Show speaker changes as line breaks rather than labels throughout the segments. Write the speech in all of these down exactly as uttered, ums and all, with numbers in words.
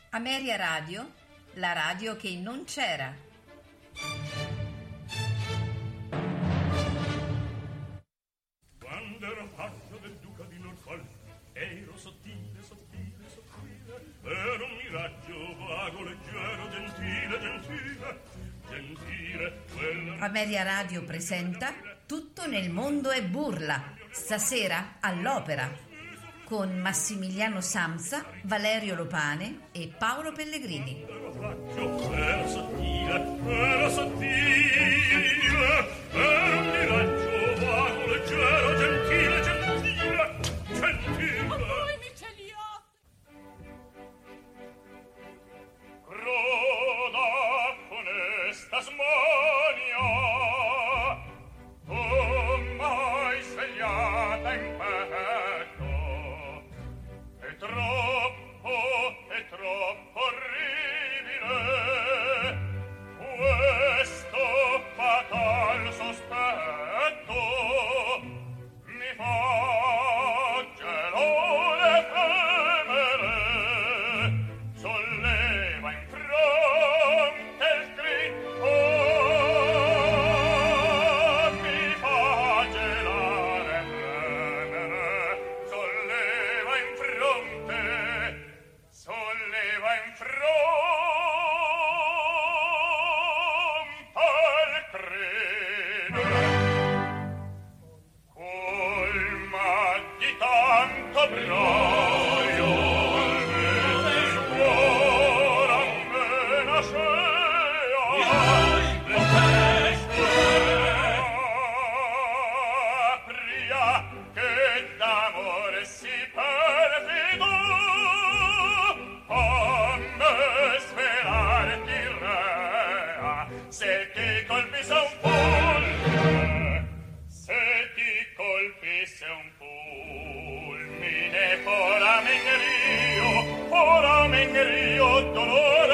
Ameria Radio, la radio che non c'era.
Quando ero paggio del duca di Norfolk, ero sottile, sottile, sottile, ero un miraggio vago, leggero, gentile, gentile, gentile. Quella...
Ameria Radio presenta Tutto nel mondo è burla, stasera all'Opera, con Massimiliano Samsa, Valerio Lopane e Paolo Pellegrini.
Era sottile, era sottile, era un miraggio vago, leggero, gentile, gentile, gentile.
Ma poi mi ce li ho!
Croda funesta smania, ormai svegliata in petto, è troppo, è troppo orribile questo fatal sospetto, mi fa gelo le femere, solleva in fronte il gritto, mi fa gelare fremere, solleva in fronte, solleva in fronte il crine, colma di tanto broio il vero a me nascea, apria che d'amore si perfido, a me svelarti rea, se ti colpisse un fulmine, se ti colpisse un fulmine, fora mengrio, fora mengrio dolore,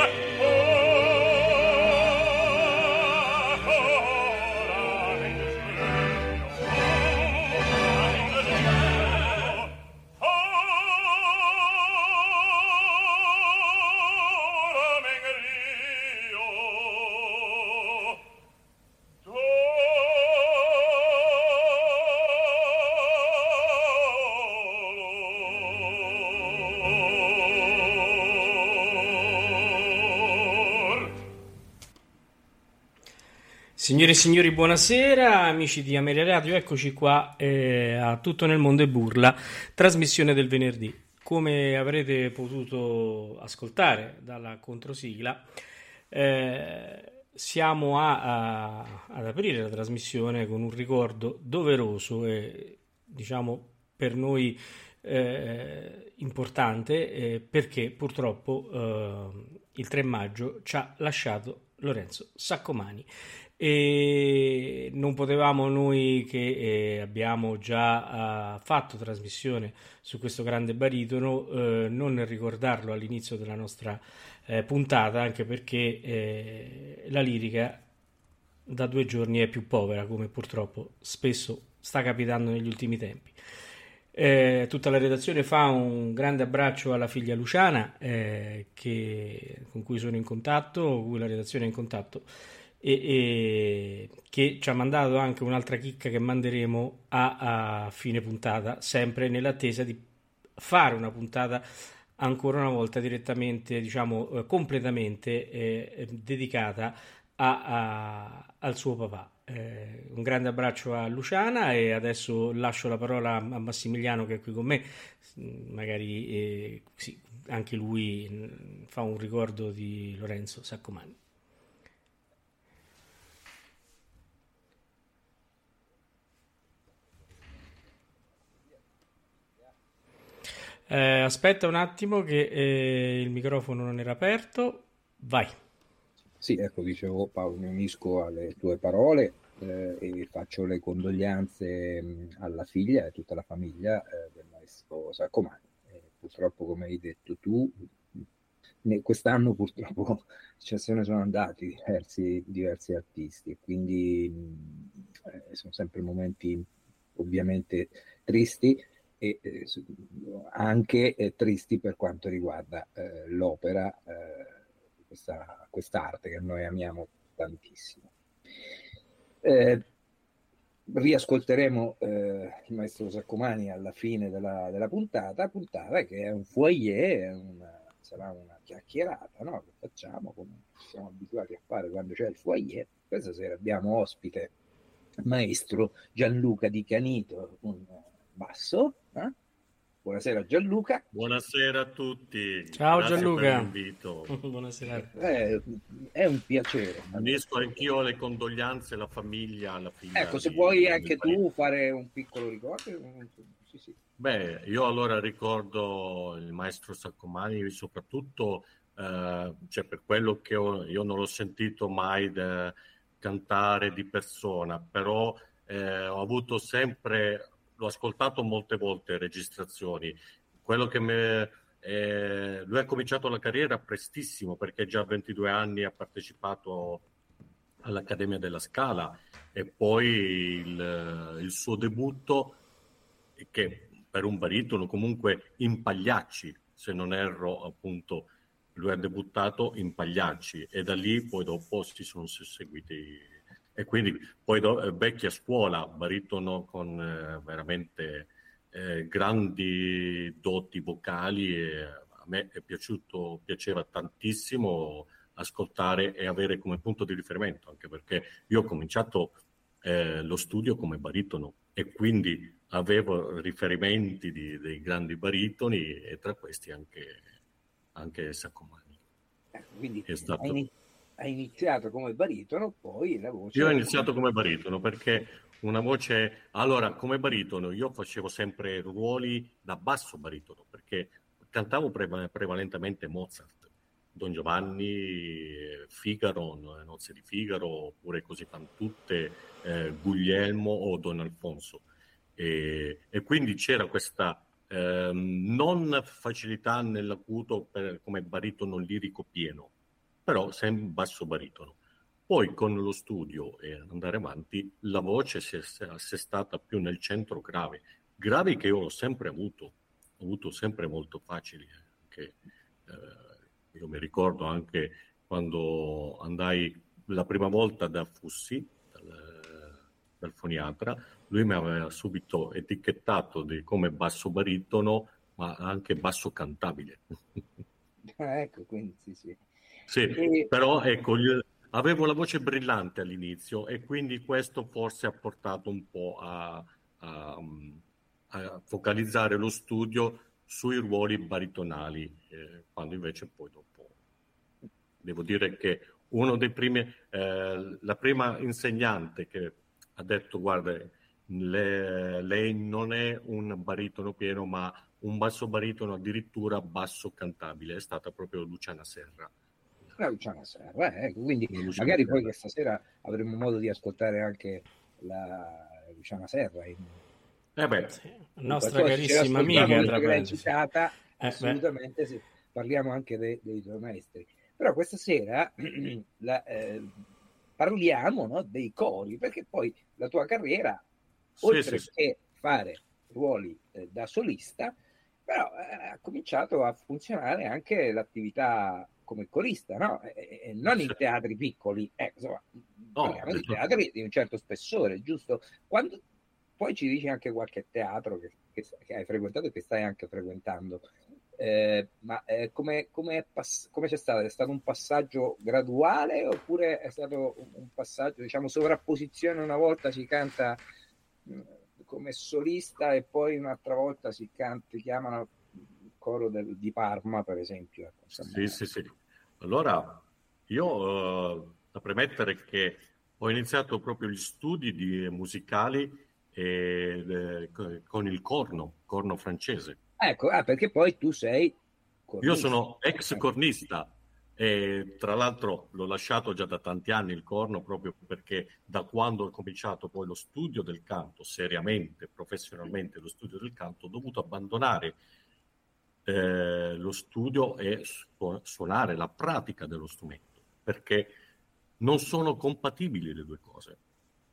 fora mengrio, fora mengrio, fora mengrio,
Signore e signori, buonasera, amici di Ameria Radio, eccoci qua eh, a Tutto nel mondo è burla, trasmissione del venerdì. Come avrete potuto ascoltare dalla controsigla, eh, siamo a, a, ad aprire la trasmissione con un ricordo doveroso e diciamo per noi eh, importante eh, perché purtroppo eh, il tre maggio ci ha lasciato Lorenzo Saccomani. E non potevamo noi che eh, abbiamo già uh, fatto trasmissione su questo grande baritono eh, non ricordarlo all'inizio della nostra eh, puntata, anche perché eh, la lirica da due giorni è più povera, come purtroppo spesso sta capitando negli ultimi tempi. Eh, tutta la redazione fa un grande abbraccio alla figlia Luciana eh, che, con cui sono in contatto, con cui la redazione è in contatto e, e che ci ha mandato anche un'altra chicca che manderemo a, a fine puntata, sempre nell'attesa di fare una puntata ancora una volta direttamente, diciamo eh, completamente eh, dedicata a, a, al suo papà. Eh, un grande abbraccio a Luciana e adesso lascio la parola a Massimiliano che è qui con me, magari eh, sì, anche lui fa un ricordo di Lorenzo Saccomani. Eh, aspetta un attimo che eh, il microfono non era aperto, vai.
Sì, ecco, dicevo Paolo, mi unisco alle tue parole eh, e faccio le condoglianze mh, alla figlia e a tutta la famiglia eh, del maestro Saccomani. Eh, purtroppo, come hai detto tu, ne- quest'anno purtroppo cioè, se ne sono andati diversi, diversi artisti e quindi mh, eh, sono sempre momenti ovviamente tristi. e eh, anche eh, tristi per quanto riguarda eh, l'opera, eh, questa quest'arte che noi amiamo tantissimo. Eh, riascolteremo eh, il maestro Saccomani alla fine della, della puntata, puntata che è un foyer, è una, sarà una chiacchierata, no? Che facciamo come siamo abituati a fare quando c'è il foyer. Questa sera abbiamo ospite il maestro Gianluca Di Canito, un basso. Eh? Buonasera Gianluca.
Buonasera a tutti.
Ciao
Grazie
Gianluca.
per l'invito.
Buonasera.
Eh, è un piacere.
Unisco anch'io le condoglianze alla famiglia, alla figlia.
Ecco, se
di,
vuoi anche
di
tu fare un piccolo ricordo. Sì, sì.
Beh, io allora ricordo il maestro Saccomani soprattutto, eh, cioè per quello che ho, io non l'ho sentito mai de, cantare di persona, però eh, ho avuto sempre, l'ho ascoltato molte volte registrazioni. Quello che mi, eh, lui ha cominciato la carriera prestissimo, perché già a ventidue anni ha partecipato all'Accademia della Scala, e poi il, il suo debutto, che per un baritono comunque in Pagliacci, se non erro, appunto lui ha debuttato in Pagliacci, e da lì poi dopo si sono seguiti, e quindi poi do, vecchia scuola, baritono con eh, veramente eh, grandi doti vocali, e a me è piaciuto, piaceva tantissimo ascoltare e avere come punto di riferimento, anche perché io ho cominciato eh, lo studio come baritono, e quindi avevo riferimenti di, dei grandi baritoni, e tra questi anche, anche Saccomani.
Ecco, quindi
È stato...
hai, hai iniziato come baritono, poi la voce...
Io ho iniziato come baritono perché una voce... Allora, come baritono io facevo sempre ruoli da basso baritono, perché cantavo pre- prevalentemente Mozart, Don Giovanni, Figaro, Nozze di Figaro, oppure Così fan tutte, eh, Guglielmo o Don Alfonso. E, e quindi c'era questa eh, non facilità nell'acuto per, come baritono lirico pieno, però sempre basso baritono. Poi con lo studio e andare avanti la voce si è assestata più nel centro grave, gravi che io ho sempre avuto, ho avuto sempre molto facili. Anche, eh, io mi ricordo anche quando andai la prima volta da Fussi, dal, dal foniatra, lui mi aveva subito etichettato di, come basso baritono, ma anche basso cantabile.
Ah, ecco, quindi sì, sì.
Sì,
E...
però ecco, gli, avevo la voce brillante all'inizio, e quindi questo forse ha portato un po' a, a, a focalizzare lo studio sui ruoli baritonali, eh, quando invece poi dopo devo dire che uno dei primi, eh, la prima insegnante che ha detto guarda, le, lei non è un baritono pieno ma un basso baritono, addirittura basso cantabile, è stata proprio Luciana Serra.
La Luciana Serra, eh, quindi
Luciana
magari
Serra.
Poi questa sera avremo modo di ascoltare anche la Luciana Serra in...
Eh beh,
sì, nostra carissima amica, tra parentesi.
Citata,
eh,
assolutamente se parliamo anche de, dei tuoi maestri. Però questa sera la, eh, parliamo, no, dei cori, perché poi la tua carriera,
sì,
oltre
sì,
che sì. fare ruoli eh, da solista, però eh, ha cominciato a funzionare anche l'attività come corista, no? E, e non in teatri piccoli, eh, insomma, parliamo no, di teatri di un certo spessore, giusto? Quando poi ci dici anche qualche teatro che, che, che hai frequentato e che stai anche frequentando, eh, ma eh, come, come, pass- come c'è stato? È stato un passaggio graduale oppure è stato un passaggio, diciamo, sovrapposizione? Una volta si canta mh, come solista e poi un'altra volta si canta, si chiamano il coro del, di Parma, per esempio.
Sì, sì, sì. Allora, io uh, da premettere che ho iniziato proprio gli studi di musicali e, eh, con il corno, corno francese.
Ecco, ah, perché poi tu sei cornista.
Io sono ex cornista e tra l'altro l'ho lasciato già da tanti anni il corno, proprio perché da quando ho cominciato poi lo studio del canto, seriamente, professionalmente lo studio del canto, ho dovuto abbandonare eh, lo studio e su- suonare la pratica dello strumento, perché non sono compatibili le due cose.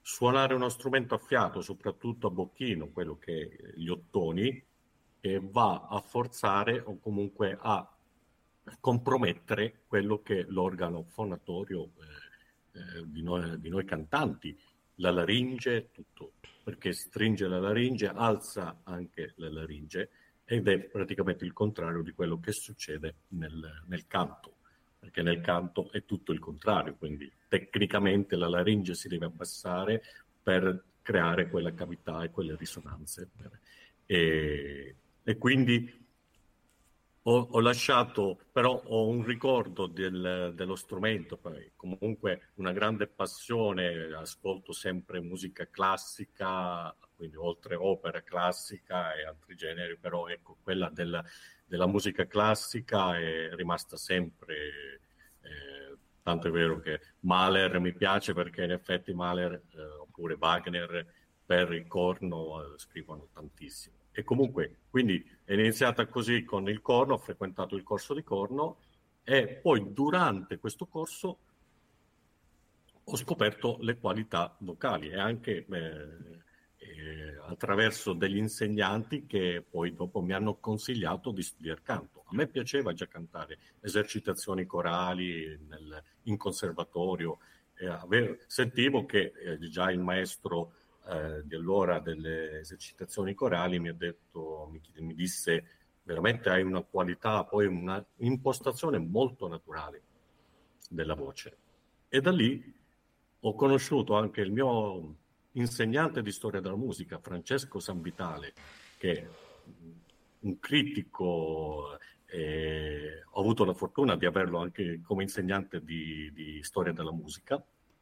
suonare uno strumento a fiato, soprattutto a bocchino, quello che è gli ottoni, che va a forzare o comunque a compromettere quello che è l'organo fonatorio eh, eh, di, noi, di noi cantanti, la laringe, tutto, perché stringe la laringe, alza anche la laringe, ed è praticamente il contrario di quello che succede nel, nel canto, perché nel canto è tutto il contrario, quindi tecnicamente la laringe si deve abbassare per creare quella cavità e quelle risonanze. E, e quindi ho, ho lasciato, però ho un ricordo del, dello strumento, poi comunque una grande passione, ascolto sempre musica classica, quindi oltre opera classica e altri generi, però ecco, quella della, della musica classica è rimasta sempre, eh, tanto è vero che Mahler mi piace perché in effetti Mahler eh, oppure Wagner per il corno eh, scrivono tantissimo. E comunque, quindi è iniziata così con il corno, ho frequentato il corso di corno e poi durante questo corso ho scoperto le qualità vocali e anche eh, eh, attraverso degli insegnanti che poi dopo mi hanno consigliato di studiare canto. A me piaceva già cantare, esercitazioni corali nel, in conservatorio, eh, avevo, sentivo che eh, già il maestro eh, di allora delle esercitazioni corali mi ha detto, mi, mi disse veramente hai una qualità, poi una impostazione molto naturale della voce. E da lì ho conosciuto anche il mio insegnante di storia della musica, Francesco Sanvitale, che è un critico, eh, ho avuto la fortuna di averlo anche come insegnante di, di storia della musica,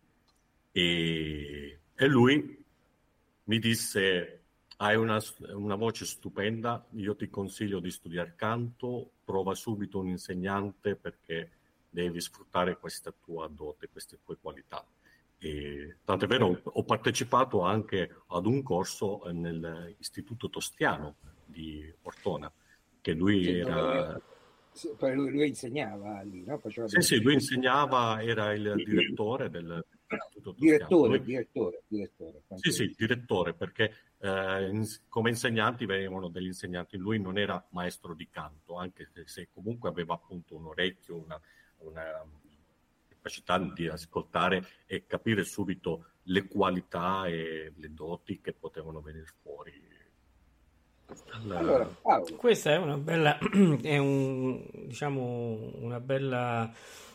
e, e lui mi disse hai una, una voce stupenda, io ti consiglio di studiare canto, prova subito un insegnante perché devi sfruttare questa tua dote, queste tue qualità. E, tanto è vero, ho partecipato anche ad un corso nell'Istituto Tostiano di Ortona, che lui
sì,
era...
Sì, poi lui, lui insegnava lì, no? Faceva
sì, sì, lui insegnava, era il direttore dell'Istituto Tostiano.
Direttore,
lui...
direttore, direttore.
Sì, sì, direttore, perché eh, in, come insegnanti venivano degli insegnanti. Lui non era maestro di canto, anche se, se comunque aveva appunto un orecchio, una... una capacità di ascoltare e capire subito le qualità e le doti che potevano venire fuori. Alla...
Allora, Paolo.
Questa è una bella, è un, diciamo, una bella,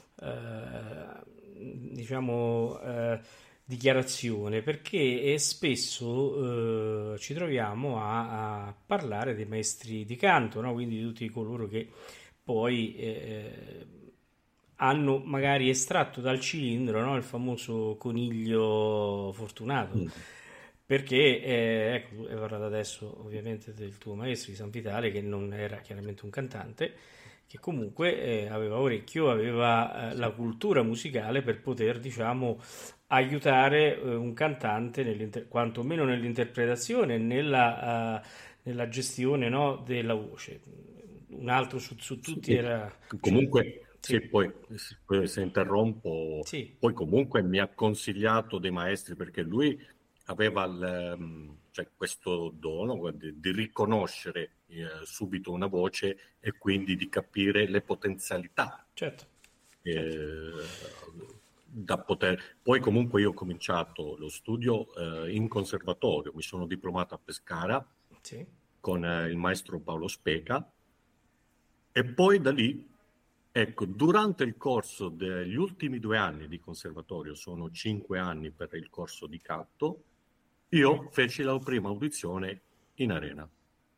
eh, diciamo, eh, dichiarazione, perché spesso eh, ci troviamo a, a parlare dei maestri di canto, no? Quindi di tutti coloro che poi eh, hanno magari estratto dal cilindro, no, il famoso coniglio fortunato. Mm. Perché, eh, ecco, hai parlato adesso ovviamente del tuo maestro di San Vitale, che non era chiaramente un cantante, che comunque eh, aveva orecchio, aveva eh, la cultura musicale per poter, diciamo, aiutare eh, un cantante, quantomeno nell'interpretazione, nella, uh, nella gestione, no, della voce. Un altro su, su tutti era...
Comunque... Sì, poi se interrompo, sì. Poi comunque mi ha consigliato dei maestri perché lui aveva il, cioè, questo dono di, di riconoscere eh, subito una voce e quindi di capire le potenzialità.
Certo.
Eh,
certo.
Da poter... Poi comunque io ho cominciato lo studio eh, in conservatorio, mi sono diplomato a Pescara
sì.
con eh, il maestro Paolo Speca e poi da lì ecco, durante il corso degli ultimi due anni di conservatorio, sono cinque anni per il corso di canto, io feci la prima audizione in Arena.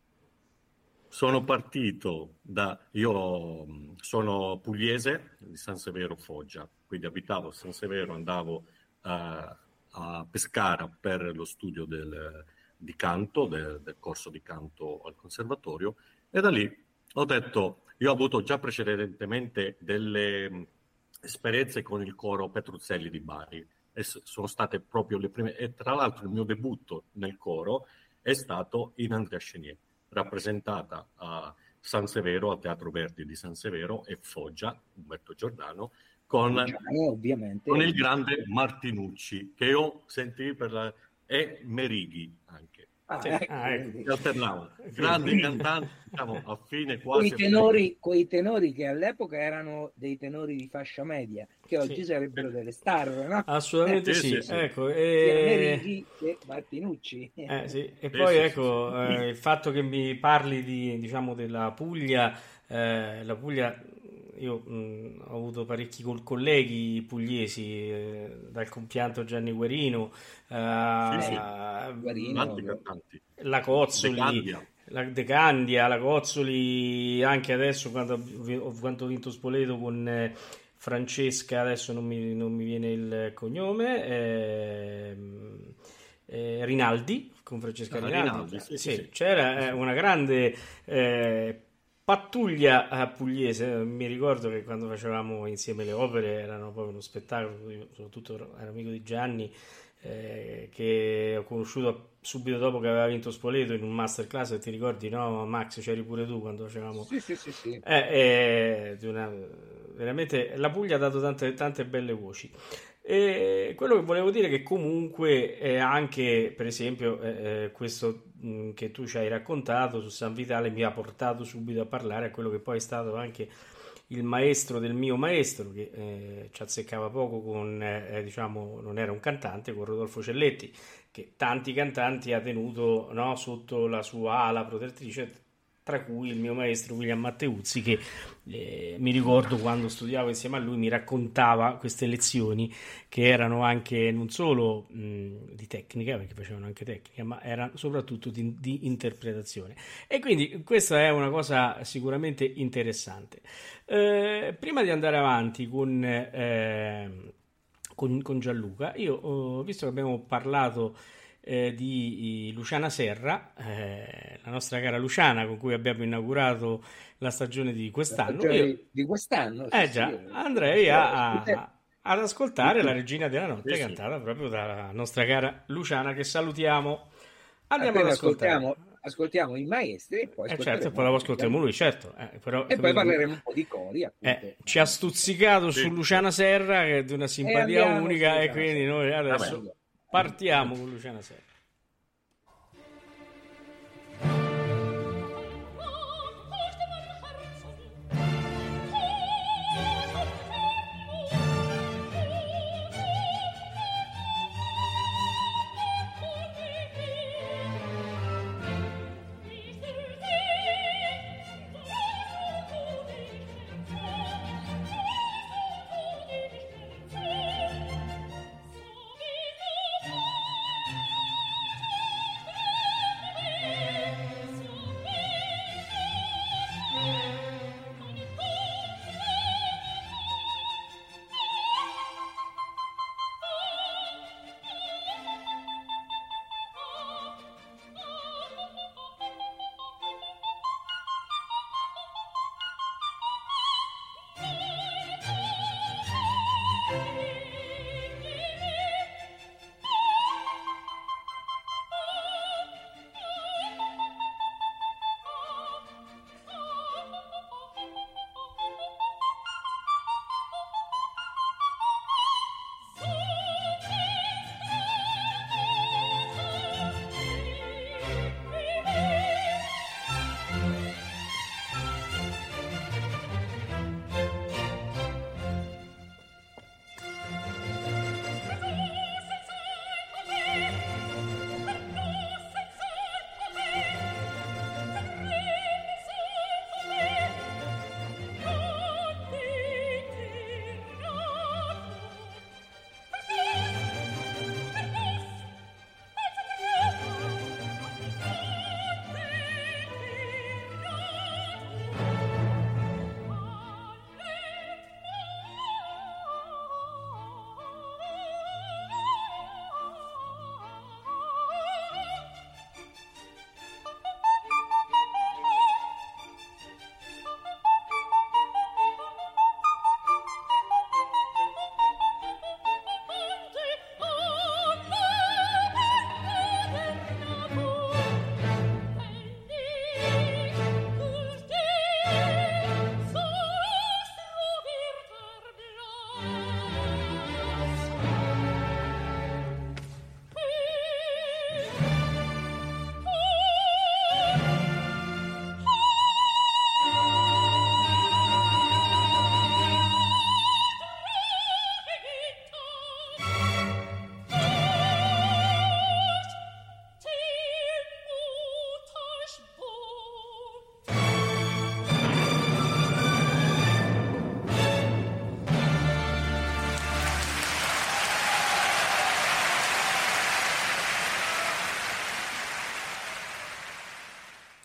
Sono partito da... Io sono pugliese di San Severo Foggia, quindi abitavo a San Severo, andavo a, a Pescara per lo studio del, di canto, del, del corso di canto al conservatorio, e da lì ho detto... Io ho avuto già precedentemente delle mh, esperienze con il coro Petruzzelli di Bari e s- sono state proprio le prime, e tra l'altro il mio debutto nel coro è stato in Andrea Chenier, rappresentata a San Severo, al Teatro Verdi di San Severo, e Foggia, Umberto Giordano, con,
Diciamo, ovviamente,
con il grande Martinucci, che io sentii per la... e Merighi anche.
Ah,
Sì.
ecco,
Ah, ecco.
vedi.
Si alternavano. Grandi cantanti, diciamo, a fine quasi...
Quei tenori, quei tenori che all'epoca erano dei tenori di fascia media, che oggi
Sì.
sarebbero delle star, no?
Assolamente
Eh,
Sì,
sì,
sì, sì.
ecco.
sia
E...
Merighi che Martinucci.
Eh, sì. E
Sì,
poi
sì,
ecco,
sì, sì.
eh, il fatto che mi parli di, diciamo, della Puglia, eh, la Puglia, io mh, ho avuto parecchi col- colleghi pugliesi, eh, dal compianto Gianni Guerino,
Sì, sì.
eh,
Guarino,
Tanti cantanti.
la
De
Cozzoli,
Candia.
la De Candia, la Cozzoli, anche adesso quando, ho- quando ho vinto Spoleto con eh, Francesca, adesso non mi, non mi viene il cognome, ehm, eh, Rinaldi, con Francesca
Ah,
Rinaldi.
Rinaldi, sì, sì,
Sì,
sì.
c'era
Sì,
eh,
sì.
una grande eh, pattuglia eh, pugliese. Mi ricordo che quando facevamo insieme le opere erano proprio uno spettacolo. Io soprattutto ero ero amico di Gianni, eh, che ho conosciuto subito dopo che aveva vinto Spoleto in un masterclass, e ti ricordi, no, Max, c'eri pure tu quando facevamo
Sì, sì, sì, sì.
eh, eh, di una- veramente la Puglia ha dato tante, tante belle voci. E quello che volevo dire è che comunque eh, anche, per esempio, eh, eh, questo mh, che tu ci hai raccontato su San Vitale mi ha portato subito a parlare a quello che poi è stato anche il maestro del mio maestro, che eh, ci azzeccava poco con, eh, diciamo, non era un cantante, con Rodolfo Celletti, che tanti cantanti ha tenuto, no, sotto la sua ala protettrice, tra cui il mio maestro William Matteuzzi, che eh, mi ricordo quando studiavo insieme a lui mi raccontava queste lezioni che erano anche non solo mh, di tecnica, perché facevano anche tecnica, ma erano soprattutto di, di interpretazione. E quindi questa è una cosa sicuramente interessante. Eh, prima di andare avanti con, eh, con, con Gianluca, io ho visto che abbiamo parlato eh, di Luciana Serra, eh, la nostra cara Luciana, con cui abbiamo inaugurato la stagione di
La
quest'anno.
stagione
Io,
di, di quest'anno, sì,
eh
sì,
già,
eh,
andrei a,
ospite
a- ad
di
ascoltare La
tutti.
Regina della Notte,
Sì, sì.
cantata proprio dalla nostra cara Luciana, che salutiamo. Andiamo ad
Appena
ascoltare.
ascoltiamo, ascoltiamo i maestri e poi
Eh certo, e
ascolteremo
poi dopo
anche
ascoltiamo
Gianluca.
lui, certo. Eh, però,
E poi
capito,
parleremo un po' di cori,
eh,
appunto.
ci ha stuzzicato
Sì,
su
sì.
Luciana Serra, che è di una
E
simpatia
andiamo su
unica, e
Luciana
quindi
Serra.
noi
Vabbè.
adesso partiamo con Luciana Serra.
So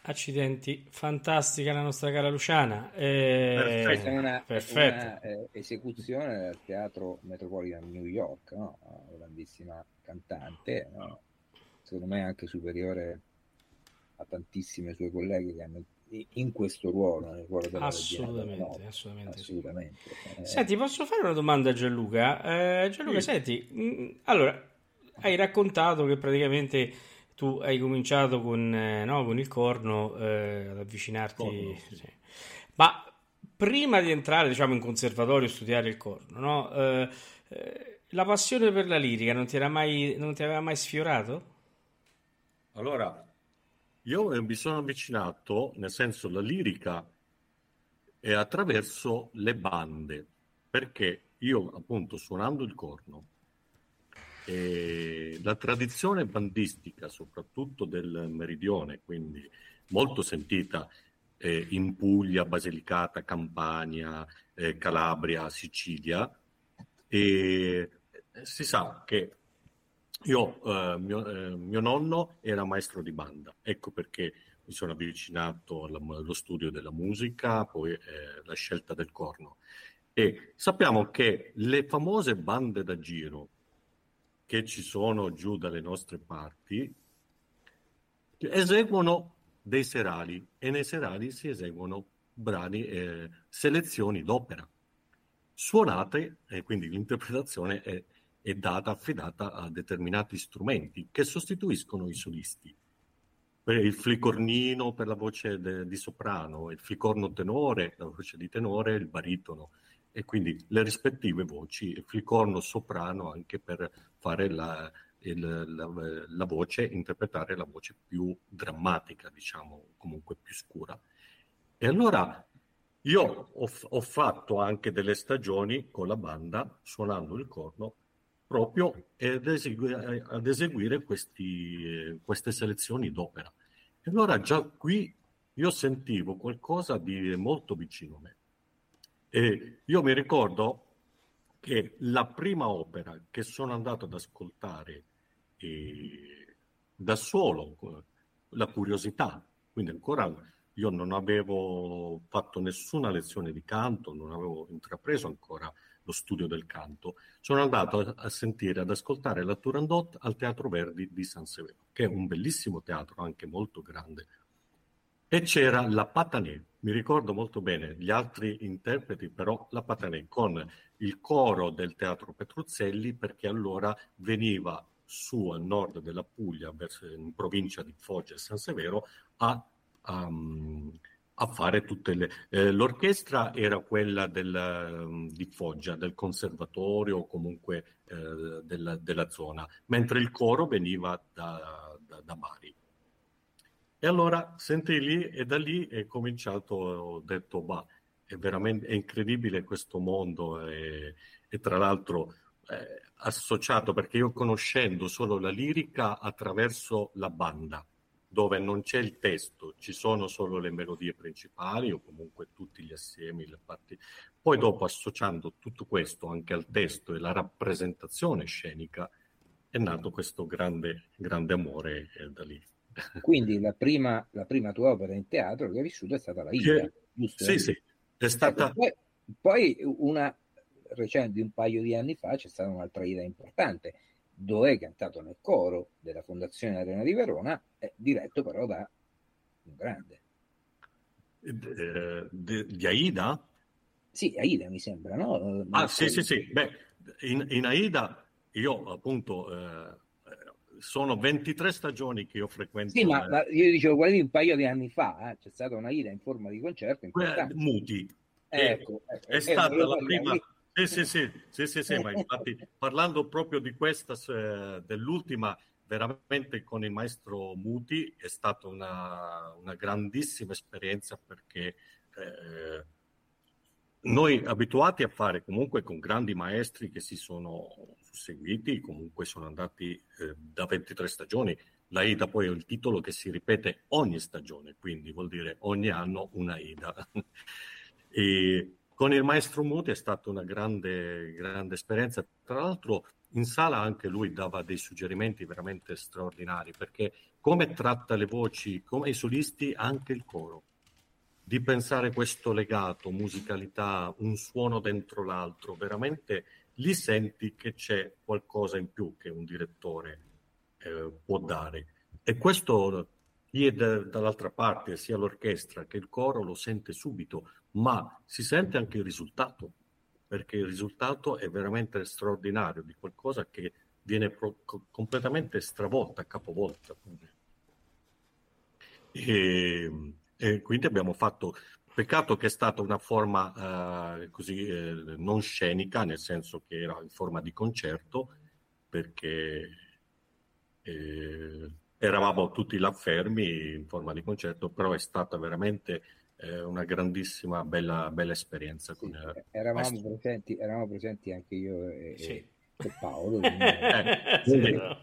Accidenti, fantastica la nostra cara Luciana. Eh,
Questa è una,
perfetto.
una eh, esecuzione del Teatro Metropolitan New York, no? Una grandissima cantante, no? Secondo me anche superiore a tantissime sue colleghe che hanno in questo ruolo, nel ruolo della regina della
Assolutamente,
notte.
assolutamente, sì.
Assolutamente. Eh,
Senti, posso fare una domanda a Gianluca? Eh, Gianluca,
Sì.
senti, mh, allora, hai raccontato che praticamente tu hai cominciato con, eh, no, con il corno eh, ad avvicinarti,
Corno, sì.
sì. Ma prima di entrare, diciamo, in conservatorio a studiare il corno, no? Eh, eh, la passione per la lirica non ti era mai, non ti aveva mai sfiorato?
Allora, io eh, mi sono avvicinato, nel senso la lirica, è attraverso le bande, perché io appunto suonando il corno, e la tradizione bandistica, soprattutto del meridione, quindi molto sentita eh, in Puglia, Basilicata, Campania, eh, Calabria, Sicilia, e si sa che io, eh, mio, eh, mio nonno era maestro di banda, ecco perché mi sono avvicinato alla- allo studio della musica, poi eh, la scelta del corno. E sappiamo che le famose bande da giro che ci sono giù dalle nostre parti eseguono dei serali e nei serali si eseguono brani, eh, selezioni d'opera suonate, e quindi l'interpretazione è, è data, affidata a determinati strumenti che sostituiscono i solisti. Per il flicornino per la voce de- di soprano, il flicorno tenore, la voce di tenore, il baritono, e quindi le rispettive voci, il flicorno soprano anche per fare la, il- la, la voce, interpretare la voce più drammatica, diciamo, comunque più scura. E allora io ho, ho fatto anche delle stagioni con la banda, suonando il corno, proprio ad, esegu- ad eseguire questi, eh, queste selezioni d'opera. E allora già qui io sentivo qualcosa di molto vicino a me. E io mi ricordo che la prima opera che sono andato ad ascoltare eh, da solo, eh, la curiosità, quindi ancora io non avevo fatto nessuna lezione di canto, non avevo intrapreso ancora lo studio del canto, sono andato a, a sentire, ad ascoltare la Turandot al Teatro Verdi di San Severo, che è un bellissimo teatro, anche molto grande. E c'era la Patanè, mi ricordo molto bene gli altri interpreti, però la Patanè con il coro del Teatro Petruzzelli, perché allora veniva su al nord della Puglia, verso, in provincia di Foggia e San Severo, a, a, a fare tutte le... Eh, l'orchestra era quella del, di Foggia, del conservatorio o comunque eh, della, della zona, mentre il coro veniva da, da, da Bari. E allora senti lì e da lì è cominciato, ho detto, bah, è veramente è incredibile questo mondo e, e tra l'altro eh, associato, perché io conoscendo solo la lirica attraverso la banda, dove non c'è il testo, ci sono solo le melodie principali o comunque tutti gli assiemi, le parti. Poi dopo associando tutto questo anche al testo e la rappresentazione scenica è nato questo grande, grande amore eh, da lì.
Quindi la prima, la prima tua opera in teatro che hai vissuto è stata l'Aida,
Che,
giusto?
sì, sì, è stata...
Ecco, poi, poi una recente, un paio di anni fa, c'è stata un'altra Aida importante, dove hai cantato nel coro della Fondazione Arena di Verona, eh, diretto però da un grande.
eh, di, di Aida?
Sì, Aida mi sembra, no?
Ah,
Nel
sì, sì,
coro.
sì. Beh, in, in Aida io appunto eh, sono ventitré stagioni che io
Sì,
frequento
ma,
le,
ma io dicevo, quelli di un paio di anni fa, eh, c'è stata una Aida in forma di concerto
que-
importante.
muti. E
Ecco, ecco,
è
eh,
stata
volevo
la
arrivare
prima...
lì.
Sì, sì, sì, sì, sì, sì, ma infatti parlando proprio di questa, eh, dell'ultima, veramente con il maestro Muti è stata una, una grandissima esperienza perché eh, noi abituati a fare comunque con grandi maestri che si sono susseguiti, comunque sono andati eh, da ventitré stagioni. L'Aida poi è il titolo che si ripete ogni stagione, quindi vuol dire ogni anno una Aida. E con il maestro Muti è stata una grande, grande esperienza. Tra l'altro in sala anche lui dava dei suggerimenti veramente straordinari, perché come tratta le voci, come i solisti, anche il coro, di pensare questo legato, musicalità, un suono dentro l'altro, veramente lì senti che c'è qualcosa in più che un direttore eh, può dare. E questo chi è da, dall'altra parte, sia l'orchestra che il coro, lo sente subito, ma si sente anche il risultato, perché il risultato è veramente straordinario, di qualcosa che viene pro- completamente stravolta, capovolta. E, e quindi abbiamo fatto, peccato che è stata una forma eh, così eh, non scenica, nel senso che era in forma di concerto, perché eh, eravamo tutti là fermi in forma di concerto, però è stata veramente eh, una grandissima, bella, bella esperienza.
Sì,
Con, eh,
eravamo presenti, eravamo presenti anche io e,
Sì.
e Paolo, quindi,
eh,
Sì,
quindi,
no.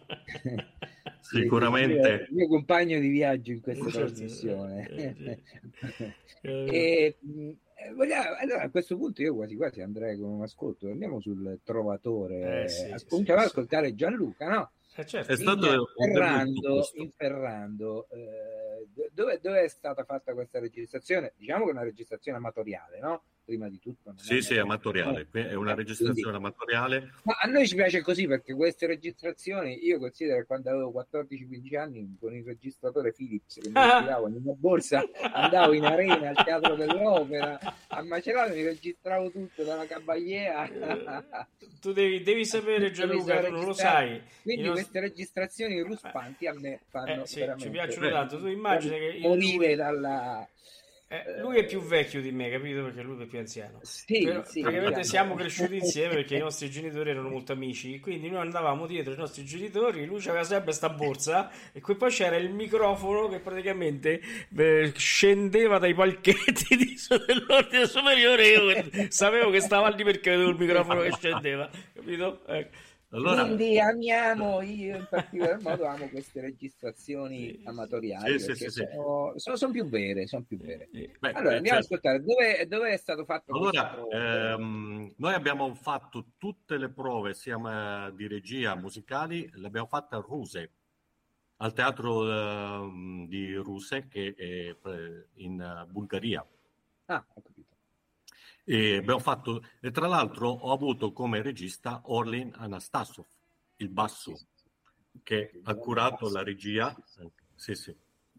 il mio,
sicuramente
il mio compagno di viaggio in questa
Certo,
trasmissione.
eh, sì. Eh,
E, mh, eh, vogliamo- allora, a questo punto io quasi quasi andrei con un ascolto, andiamo sul
eh,
Trovatore,
sì,
As-
sì,
cominciamo ad
sì.
ascoltare Gianluca, no?
Eh, certo.
è stato un debutto
Inferrando,
questo.
Inferrando, eh, do- dove, dove è stata fatta questa registrazione? Diciamo che è una registrazione amatoriale, no? Prima di tutto non è
Sì, sì, è
una...
amatoriale, qui è una
eh, quindi
registrazione amatoriale.
ma a noi ci piace così perché queste registrazioni, io considero che quando avevo quattordici quindici anni con il registratore Philips che mi infilavo in una borsa, andavo in arena al Teatro dell'Opera a Macerata, mi registravo tutto dalla caballea.
Eh, tu devi, devi sapere,
Tutto mi
Gianluca,
sono
tu non lo
registrato.
sai. I
Quindi
nostri-
queste registrazioni ruspanti a me
Eh,
fanno
sì, ci
veramente
piacciono
Beh,
tanto. Tu
proprio
immagini che io-
morire
lui,
dalla...
eh, lui è più
eh,
vecchio di me, capito? Perché lui è più anziano.
sì,
Però
sì,
praticamente siamo
diciamo.
cresciuti insieme perché i nostri genitori erano molto amici, quindi noi andavamo dietro i nostri genitori, lui aveva sempre sta borsa e qui poi c'era il microfono che praticamente eh, scendeva dai palchetti di, dell'ordine superiore. Io sapevo che stava lì perché vedevo il microfono che scendeva, capito? Ecco.
Allora,
Quindi amiamo, io in particolar modo amo queste registrazioni
Sì, sì.
amatoriali
sì, sì,
perché
sì, sì.
sono, sono- sono più vere, sono più
Sì,
vere.
sì.
Beh,
Allora
eh,
andiamo ad
certo.
ascoltare dove, dove è stato fatto questo
Allora,
trovatore?
ehm, noi abbiamo fatto tutte le prove sia eh, di regia musicali, le abbiamo fatte a Ruse, al teatro ehm, di Ruse che è eh, in eh, Bulgaria.
Ah, ho capito.
E abbiamo fatto, e tra l'altro ho avuto come regista Orlin Anastasov, il
Sì,
basso,
sì, sì.
che
Il
ha
grande
curato la
basso.
regia. Sì, sì.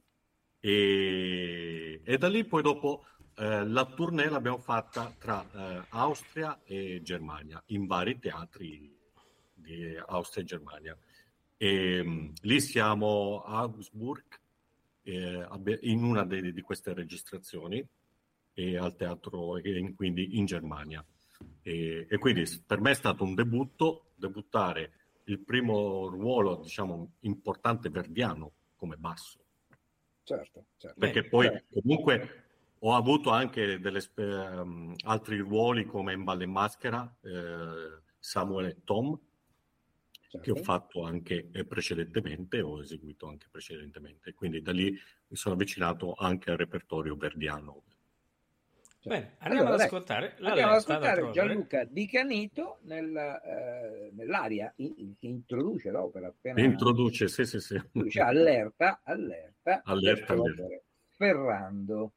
E, e da lì poi dopo eh, la tournée l'abbiamo fatta tra eh, Austria e Germania, in vari teatri di Austria e Germania. E, mh, lì siamo a Augsburg, eh, abbi- in una de- di queste registrazioni, e al teatro, e in- quindi in Germania. E, e quindi per me è stato un debutto, debuttare il primo ruolo, diciamo, importante verdiano come basso,
Certo, certo.
perché
Bene.
poi
Allora,
comunque ho avuto anche delle, spe- ehm, altri ruoli come in Valle in Maschera, eh, Samuel e Tom, che ho
certo.
fatto anche eh, precedentemente, ho eseguito anche precedentemente, quindi da lì mi sono avvicinato anche al repertorio verdiano.
Certo.
Bene, andiamo ad
Allora, dai,
ascoltare
andiamo ad
l'allerta dal
ascoltare
Trovatore.
Gianluca Di Canito nel, eh, nell'aria in- che introduce l'opera appena
Introduce, sì, sì, sì.
introduce allerta, allerta del
Allerta, allerta.
trovatore Ferrando.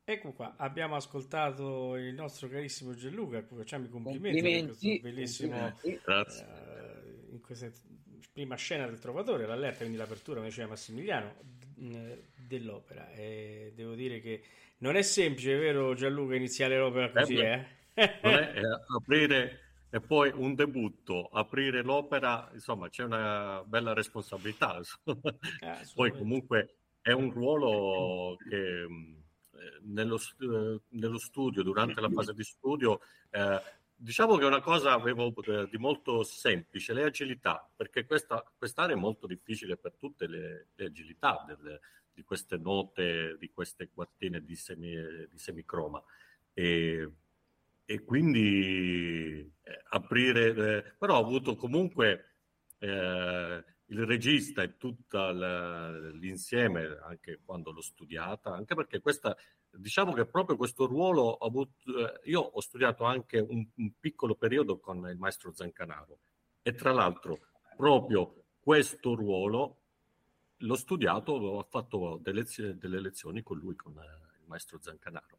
Ecco qua, abbiamo ascoltato il nostro carissimo Gianluca, facciamo i complimenti, complimenti per questo bellissimo
complimenti.
Uh, in questa prima scena del Trovatore, l'allerta, quindi l'apertura, come diceva Massimiliano, dell'opera. E devo dire che non è semplice, vero Gianluca, iniziare l'opera così, eh?
eh? Non è, è aprire e poi un debutto, aprire l'opera, insomma, c'è una bella responsabilità. Ah, poi comunque è un ruolo che Nello, eh, nello studio, durante la fase di studio, eh, diciamo che una cosa avevo eh, di molto semplice, le agilità, perché questa quest'area è molto difficile per tutte le, le agilità delle, di queste note, di queste quartine di, semi, di semicroma. E, e quindi eh, aprire, eh, però ho avuto comunque eh, il regista e tutto l'insieme, anche quando l'ho studiata, anche perché questa, diciamo che proprio questo ruolo ho avuto, io ho studiato anche un, un piccolo periodo con il maestro Zancanaro e tra l'altro proprio questo ruolo l'ho studiato, ho fatto delle, delle lezioni con lui, con il maestro Zancanaro.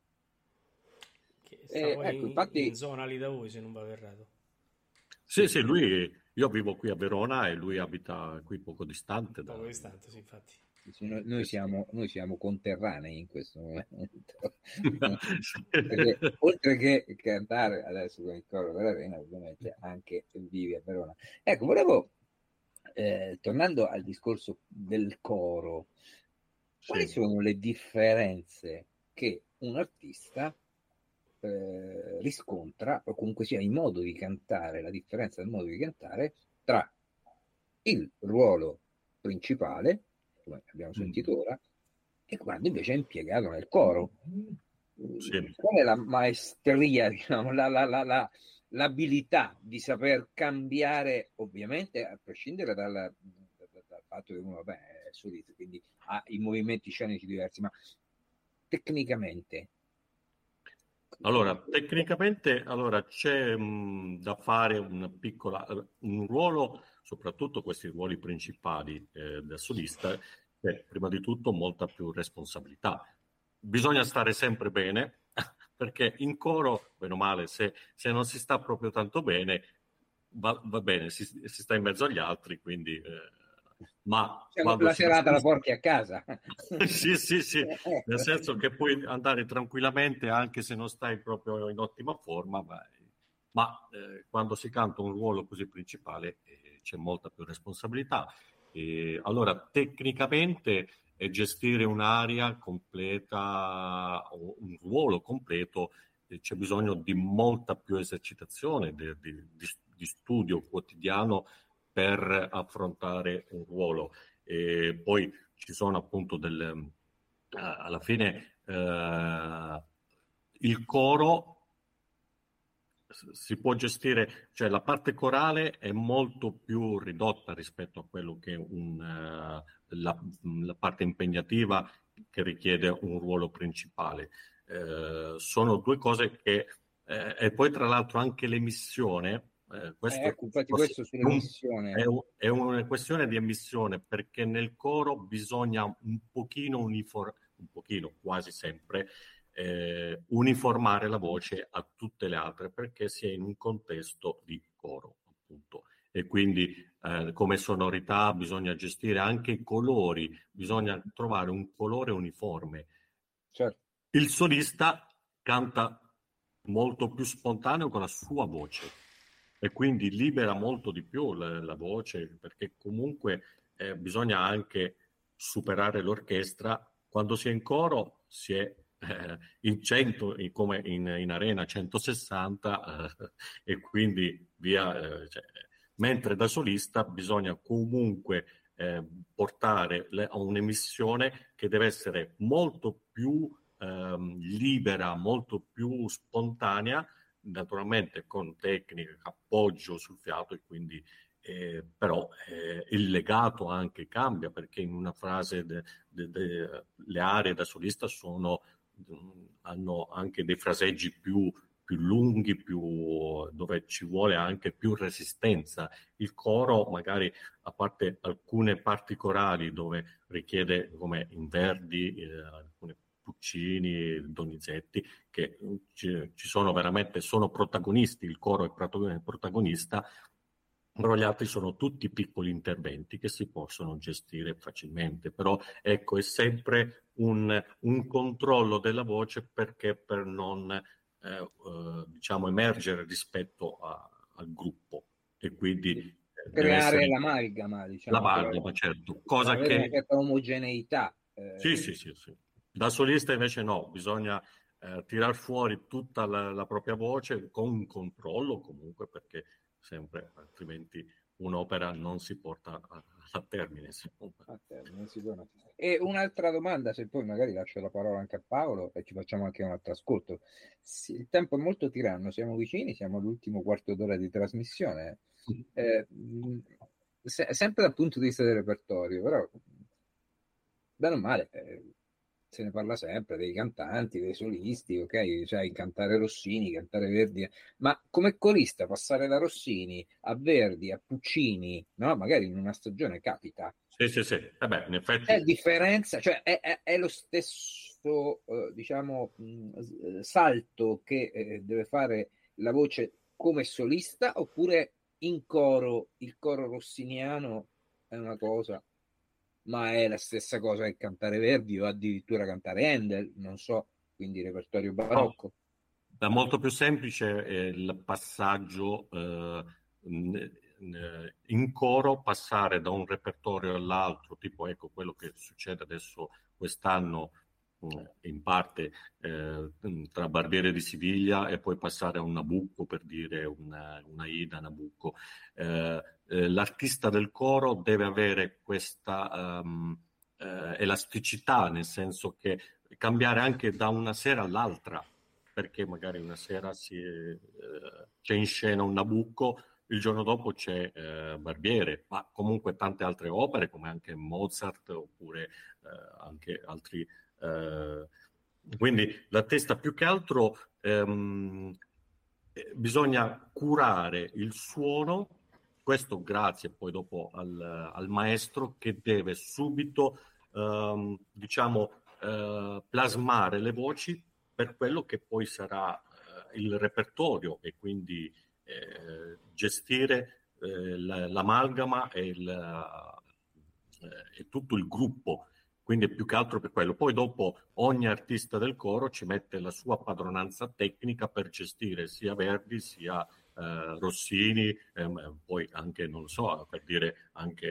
Che stava eh, ecco, in, infatti... in zona lì da voi, se non vado errato.
Sì, sì, lui, io vivo qui a Verona e lui abita qui poco distante.
Poco
da...
distante, sì, infatti.
Noi, noi, siamo, noi siamo conterranei in questo momento. Perché, oltre che cantare adesso con il coro dell'Arena, ovviamente anche vivi a Verona. Ecco, volevo, eh, tornando al discorso del coro, quali sì. sono le differenze che un artista Eh, riscontra, o comunque sia il modo di cantare, la differenza del modo di cantare tra il ruolo principale, come abbiamo sentito mm. ora, e quando invece è impiegato nel coro. Sì. Qual è la maestria, diciamo, la, la, la, la, l'abilità di saper cambiare, ovviamente a prescindere dal, dal, dal fatto che uno vabbè, è solista, quindi ha i movimenti scenici diversi, ma tecnicamente.
Allora, tecnicamente allora, c'è mh, da fare una piccola, un ruolo, soprattutto questi ruoli principali eh, da solista, eh, prima di tutto molta più responsabilità. Bisogna stare sempre bene, perché in coro, bene o male, se, se non si sta proprio tanto bene, va, va bene, si, si sta in mezzo agli altri, quindi... Eh, ma
cioè, la serata la porti a casa.
sì, sì, sì, nel senso che puoi andare tranquillamente anche se non stai proprio in ottima forma, ma, ma eh, quando si canta un ruolo così principale eh, c'è molta più responsabilità. E, allora, tecnicamente eh, gestire un'area completa o un ruolo completo eh, c'è bisogno di molta più esercitazione, di, di, di studio quotidiano per affrontare un ruolo. E poi ci sono appunto delle uh, alla fine uh, il coro si può gestire, cioè la parte corale è molto più ridotta rispetto a quello che è un, uh, la, la parte impegnativa che richiede un ruolo principale. Uh, sono due cose che uh, e poi tra l'altro anche l'emissione Eh, questo,
eh, ecco, infatti questo sull'emissione
è, un, è una questione di emissione, perché nel coro bisogna un pochino uniform, un pochino quasi sempre eh, uniformare la voce a tutte le altre, perché si è in un contesto di coro appunto, e quindi eh, come sonorità bisogna gestire anche i colori, bisogna trovare un colore uniforme.
Certo.
Il solista canta molto più spontaneo con la sua voce e quindi libera molto di più la, la voce, perché comunque eh, bisogna anche superare l'orchestra. Quando si è in coro si è eh, in cento, come in, in arena centosessanta eh, e quindi via, eh, cioè, mentre da solista bisogna comunque eh, portare le, a un'emissione che deve essere molto più ehm, libera, molto più spontanea, naturalmente con tecnica, appoggio sul fiato, e quindi eh, però eh, il legato anche cambia, perché in una frase de, de, de, le aree da solista sono, hanno anche dei fraseggi più, più lunghi, più, dove ci vuole anche più resistenza. Il coro magari, a parte alcune parti corali dove richiede, come in Verdi, eh, alcune Puccini, Donizetti, che ci, ci sono veramente, sono protagonisti, il coro è protagonista, però gli altri sono tutti piccoli interventi che si possono gestire facilmente, però ecco, è sempre un, un controllo della voce, perché per non eh, eh, diciamo emergere rispetto a, al gruppo, e quindi eh, deve
Creare
essere
l'amalgama, diciamo,
l'amalgama, certo, cosa
avere una
che
certa omogeneità. eh,
sì, sì, sì, sì. Da solista invece no, bisogna eh, tirar fuori tutta la, la propria voce con un controllo comunque, perché sempre, altrimenti un'opera non si porta a, a termine. insomma.
a termine, sicuramente. E un'altra domanda, se poi magari lascio la parola anche a Paolo e ci facciamo anche un altro ascolto. Sì, il tempo è molto tiranno, siamo vicini, siamo all'ultimo quarto d'ora di trasmissione. Eh, mh, se- sempre dal punto di vista del repertorio, però bene o male, eh, se ne parla sempre dei cantanti, dei solisti, ok? Cioè, cantare Rossini, cantare Verdi, ma come corista passare da Rossini a Verdi, a Puccini, no? Magari in una stagione capita.
Sì, sì, sì. Vabbè, in
È
effetti
differenza, cioè è, è- è lo stesso, eh, diciamo, mh, s- salto che eh, deve fare la voce come solista, oppure in coro, il coro rossiniano è una cosa, ma è la stessa cosa che cantare Verdi o addirittura cantare Handel, non so, quindi repertorio
no,
barocco.
è molto più semplice è il passaggio eh, n- n- in coro, passare da un repertorio all'altro, tipo ecco quello che succede adesso quest'anno mh, in parte eh, tra Barbiere di Siviglia, e poi passare a un Nabucco, per dire una, una Ida Nabucco. Eh, eh, l'artista del coro deve avere questa ehm, eh, elasticità, nel senso che cambiare anche da una sera all'altra, perché magari una sera si, eh, c'è in scena un Nabucco, il giorno dopo c'è eh, Barbiere, ma comunque tante altre opere come anche Mozart, oppure eh, anche altri. eh, quindi la testa più che altro ehm, eh, bisogna curare il suono, questo grazie poi dopo al, al maestro, che deve subito ehm, diciamo eh, plasmare le voci per quello che poi sarà eh, il repertorio, e quindi eh, gestire eh, l- l'amalgama e, il, eh, e tutto il gruppo. Quindi è più che altro per quello. Poi dopo ogni artista del coro ci mette la sua padronanza tecnica per gestire sia Verdi sia eh, Rossini, ehm, poi anche, non lo so, per dire anche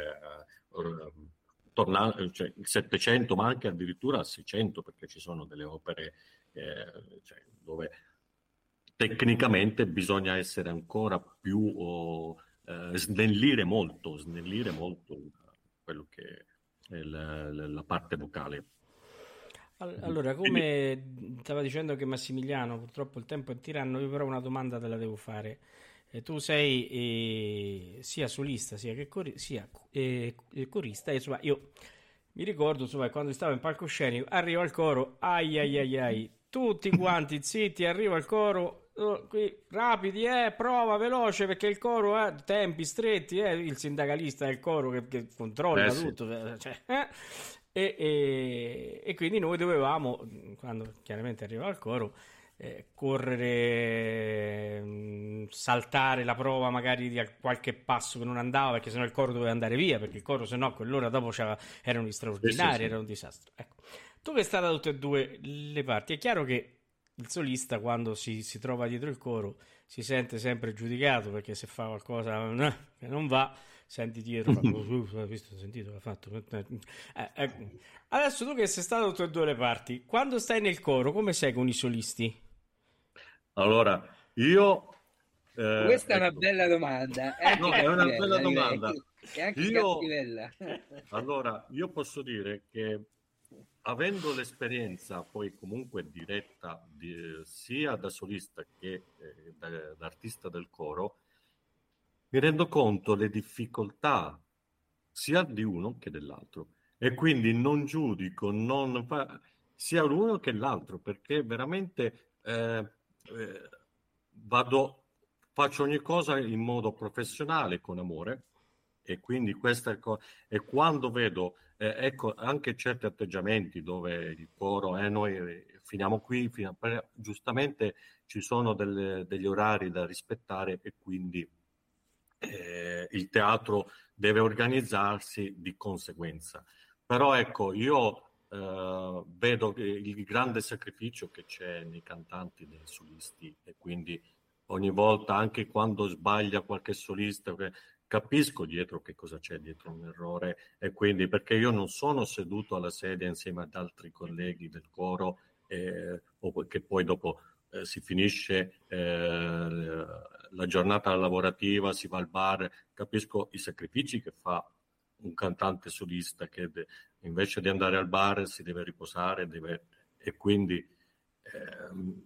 eh, torna- cioè, il Settecento, ma anche addirittura il Seicento, perché ci sono delle opere eh, cioè, dove tecnicamente bisogna essere ancora più o, eh, snellire molto, snellire molto quello che è la, la- la parte vocale.
All- Allora,
Quindi,
come stava dicendo che Massimiliano, purtroppo il tempo è tiranno, io però una domanda te la devo fare. Eh, tu sei eh, sia solista sia che cori- sia, eh, corista, e insomma, io mi ricordo, insomma, quando stavo in palcoscenico, arriva il coro, ai ai ai ai, tutti quanti zitti, arriva il coro, oh, qui, rapidi, eh, prova, veloce, perché il coro ha tempi stretti, eh, il sindacalista del coro che, che
eh
controlla
sì,
tutto, cioè, eh. E, e- e quindi noi dovevamo, quando chiaramente arriva il coro, eh, correre, mh, saltare la prova magari di qualche passo che non andava, perché sennò il coro doveva andare via, perché il coro sennò quell'ora dopo c'era- erano gli
sì, sì,
straordinari,
sì.
era un disastro. Ecco. Tu che è stata da tutte e due le parti, è chiaro che il solista quando si, si trova dietro il coro si sente sempre giudicato, perché se fa qualcosa eh, che non va, senti dietro, fa, "Oh, uh, hai visto, hai sentito, l'ha fatto. Eh, eh. Adesso tu che sei stato da tutte e due le parti, quando stai nel coro, come sei con i solisti?
Allora, io, eh,
Questa è una
ecco,
bella domanda, è anche
no, è una bella
cattivella, direi.
domanda.
È anche
Io,
cattivella.
allora, io posso dire che avendo l'esperienza poi comunque diretta di- sia da solista che eh, da, da artista del coro, mi rendo conto le difficoltà sia di uno che dell'altro, e quindi non giudico non fa- sia l'uno che l'altro, perché veramente eh, eh, vado, faccio ogni cosa in modo professionale, con amore, E quindi questa è co- e quando vedo eh, ecco anche certi atteggiamenti dove il coro eh, noi eh, finiamo qui, fino a- giustamente ci sono delle- degli orari da rispettare e quindi eh, il teatro deve organizzarsi di conseguenza. Però ecco, io eh, vedo che il grande sacrificio che c'è nei cantanti, nei solisti, e quindi ogni volta, anche quando sbaglia qualche solista, che- capisco dietro che cosa c'è dietro un errore, e quindi perché io non sono seduto alla sedia insieme ad altri colleghi del coro, eh, o che poi dopo eh, si finisce eh, la giornata lavorativa, si va al bar, capisco i sacrifici che fa un cantante solista che de- invece di andare al bar si deve riposare, deve, e quindi ehm,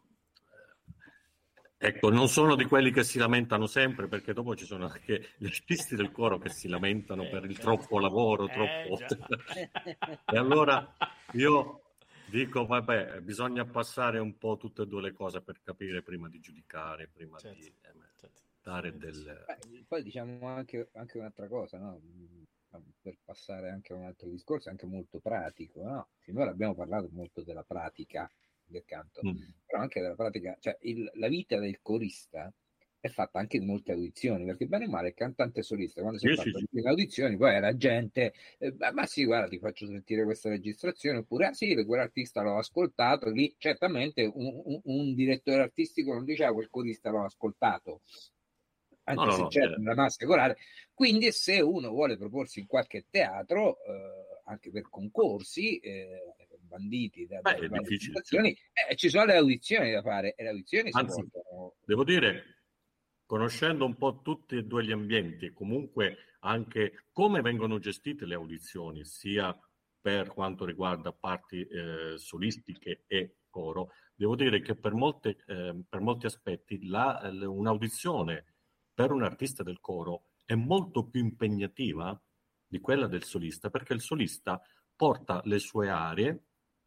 ecco, non sono di quelli che si lamentano sempre, perché dopo ci sono anche gli artisti del coro che si lamentano per
Eh,
il
già.
troppo lavoro,
Eh,
troppo...
già.
E allora io dico, vabbè, bisogna passare un po' tutte e due le cose per capire prima di giudicare, prima
Certo,
di eh,
certo,
dare
assolutamente sì.
del...
Beh, poi diciamo anche, anche un'altra cosa, no? Mm, Per passare anche a un altro discorso, anche molto pratico, no? Finora abbiamo parlato molto della pratica del canto,
Mm.
però anche della pratica, cioè il- la vita del corista è fatta anche di molte audizioni, perché bene o male il cantante solista, quando si è
Sì, sì,
fatto le
sì.
prime audizioni, poi era gente, eh, ma ma sì, guarda, ti faccio sentire questa registrazione, oppure, ah sì, quell'artista l'ho ascoltato, lì certamente un, un- un direttore artistico non diceva quel corista l'ho ascoltato,
No,
anche
no,
se
no,
c'è
eh,
una massa corale. Quindi se uno vuole proporsi in qualche teatro, eh, anche per concorsi, eh, banditi da,
beh,
dalle
è
varie
difficile, sì.
fondazioni, eh, ci sono le audizioni da fare e le audizioni si
Anzi,
portano.
devo dire, conoscendo un po' tutti e due gli ambienti e comunque anche come vengono gestite le audizioni, sia per quanto riguarda parti eh, solistiche e coro, devo dire che per, molte, eh, per molti aspetti la- l- un'audizione per un artista del coro è molto più impegnativa di quella del solista, perché il solista porta le sue arie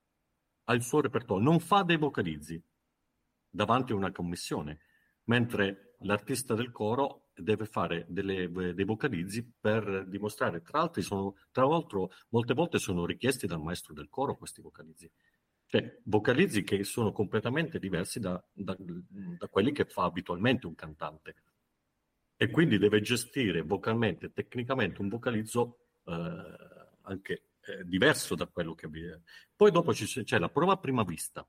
al suo repertorio, non fa dei vocalizzi davanti a una commissione, mentre l'artista del coro deve fare delle, dei vocalizzi per dimostrare, tra l'altro, sono, tra l'altro molte volte sono richiesti dal maestro del coro questi vocalizzi, cioè vocalizzi che sono completamente diversi da, da, da quelli che fa abitualmente un cantante, e quindi deve gestire vocalmente e tecnicamente un vocalizzo eh, anche eh, diverso da quello che avviene. Poi dopo ci- c'è la prova a prima vista,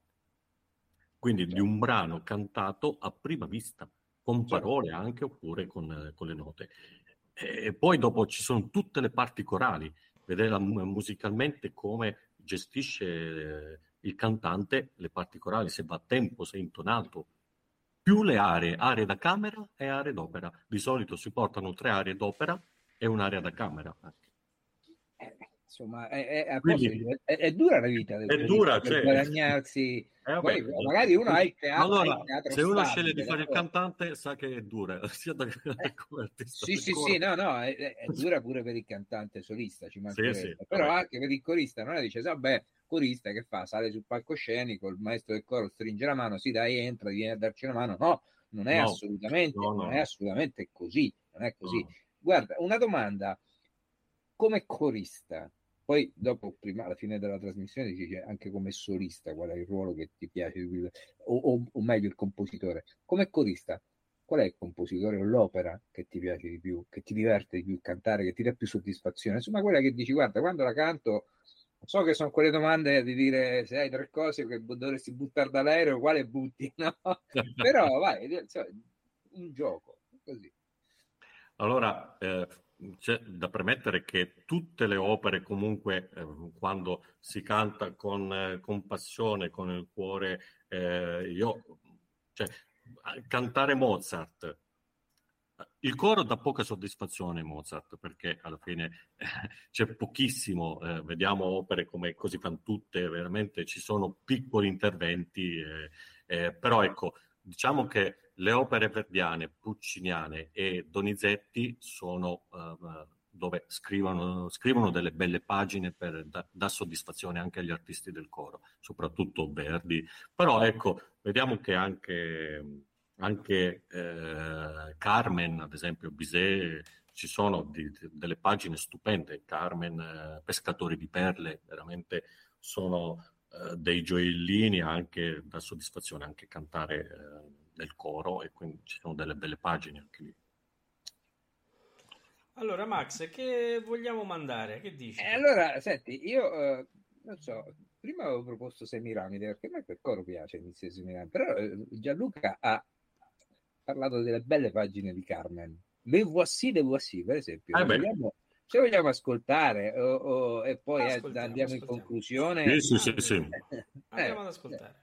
quindi di
Cioè,
un brano cantato a prima vista, con
cioè,
parole anche oppure con, eh, con le note. E poi dopo ci sono tutte le parti corali, vedere la- musicalmente come gestisce eh, il cantante le parti corali, se va a tempo, se è intonato. Più le aree, aree da camera e aree d'opera. Di solito si portano tre aree d'opera e un'area da camera.
eh, insomma, è, è, a posto
Quindi
di- è- è dura la vita del
è
corista
dura,
per
cioè...
guadagnarsi.
Eh, vabbè,
Poi magari uno ha il,
ma
tea- ha il
allora,
teatro
se uno sceglie di
stabile,
fare il
d'accordo?
cantante, sa che è dura, sia da,
Eh,
come artista
sì,
del
sì, sì,
coro.
no, no, è, è dura pure per il cantante solista, ci
Sì, sì,
mancherebbe, però
vabbè.
anche per il corista non è dice, vabbè, corista che fa? Sale sul palcoscenico, il maestro del coro stringe la mano, sì, dai, entra, viene a darci una mano. No, non è
No,
assolutamente,
no, no,
non è
no,
assolutamente così, non è così.
no.
Guarda, una domanda, come corista, poi dopo, prima, alla fine della trasmissione, dice anche come solista, qual è il ruolo che ti piace, o, o, o meglio il compositore, come corista. Qual è il compositore o l'opera che ti piace di più, che ti diverte di più cantare, che ti dà più soddisfazione? Insomma, quella che dici, guarda, quando la canto, so che sono quelle domande di dire se hai tre cose che dovresti buttare dall'aereo, quale butti, no? Però, vai, insomma, un gioco, così.
Allora, eh, c'è da premettere che tutte le opere, comunque, eh, quando si canta con, eh, con passione, con il cuore, eh, io, cioè, cantare Mozart, il coro dà poca soddisfazione Mozart, perché alla fine eh, c'è pochissimo, eh, vediamo opere come Così fan tutte, veramente ci sono piccoli interventi, eh, eh, però ecco, diciamo che le opere verdiane, pucciniane e Donizetti sono eh, dove scrivono, scrivono delle belle pagine per da, da soddisfazione anche agli artisti del coro, soprattutto Verdi. Però ecco, vediamo che anche, anche eh, Carmen, ad esempio, Bizet, ci sono di, di, delle pagine stupende, Carmen, eh, Pescatori di perle, veramente sono eh, dei gioiellini, anche da soddisfazione anche cantare eh, nel coro, e quindi ci sono delle belle pagine anche lì.
Allora Max, che vogliamo mandare? Che dici?
Eh, allora, senti, io eh, non so, prima avevo proposto Semiramide, perché a me quel coro piace, inizio Semiramide, però eh, Gianluca ha parlato delle belle pagine di Carmen. Le Voici, le Voici, per esempio,
Eh
le
beh.
vogliamo, se vogliamo ascoltare o, o, e poi eh,
Ascoltiamo,
andiamo in
ascoltiamo.
conclusione.
Sì, sì, sì, sì.
Andiamo
Eh,
ad ascoltare.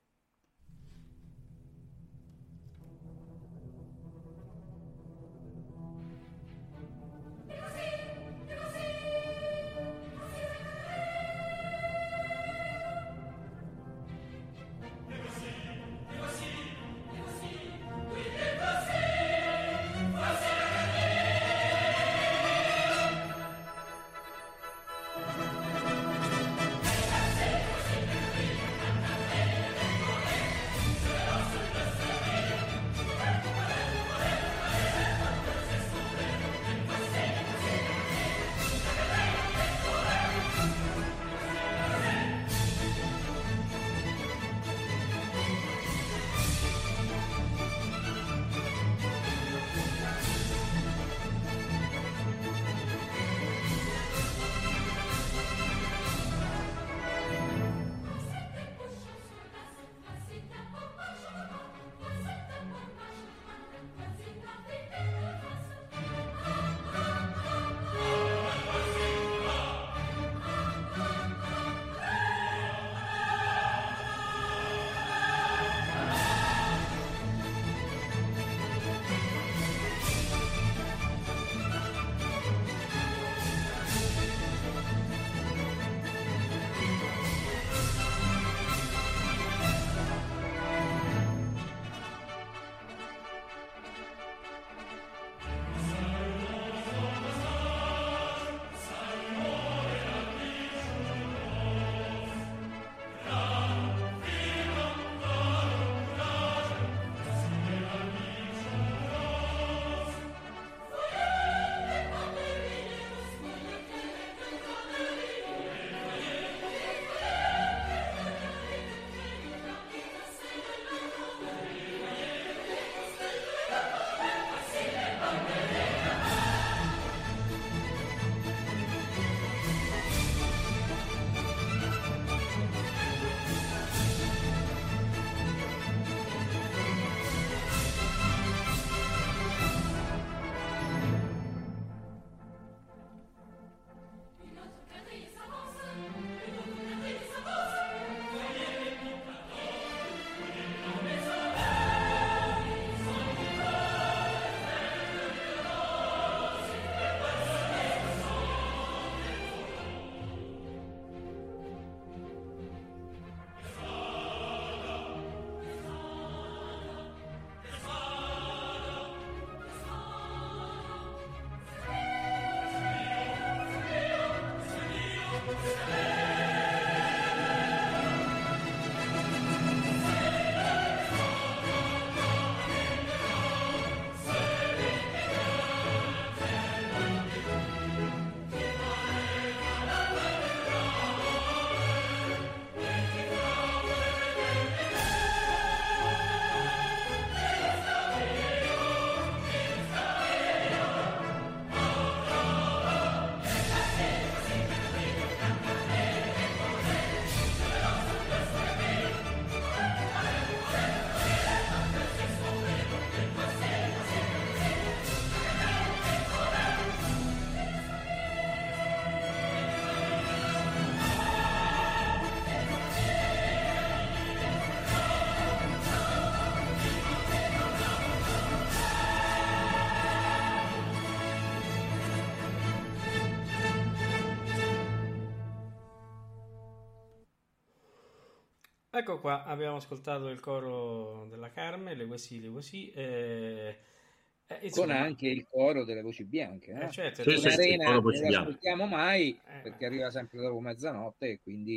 Ecco qua, abbiamo ascoltato il coro della Carme, le Voici, le Voici, eh, eh, insomma,
con anche il coro delle voci bianche, no?
eh, certo,
Sì,
In
sì, sì, il
arena
coro
non
voci
lo
bianche.
ascoltiamo mai
Eh.
perché arriva sempre dopo mezzanotte e quindi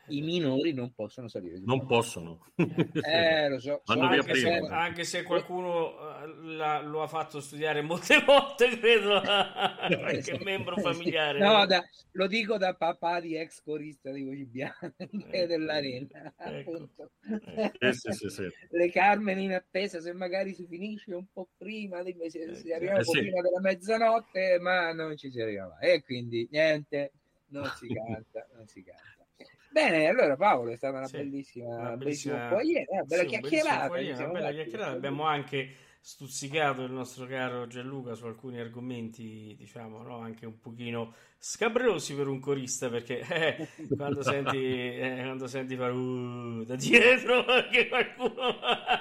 i minori non possono salire.
Non possono.
Eh, lo so. so
anche, se, anche se qualcuno la, lo ha fatto studiare molte volte, credo, qualche membro familiare.
No, da, lo dico da papà di ex corista di Voci Bianche
ecco,
dell'Arena.
Ecco,
ecco. Sì, sì, sì.
Le Carmen in attesa, se magari si finisce un po' prima, se, se arriviamo
eh,
un po'
sì.
prima della mezzanotte, ma non ci si arriva mai. E quindi niente, non si canta, non si canta. Bene, allora Paolo, è stata una
sì,
bellissima,
una
bellissima,
bellissima
una bella
sì,
chiacchierata.
Foyer, una bella chiacchierata. Abbiamo anche stuzzicato il nostro caro Gianluca su alcuni argomenti, diciamo, no? Anche un pochino scabrosi per un corista, perché eh, quando senti eh, quando senti fare uh, da dietro che qualcuno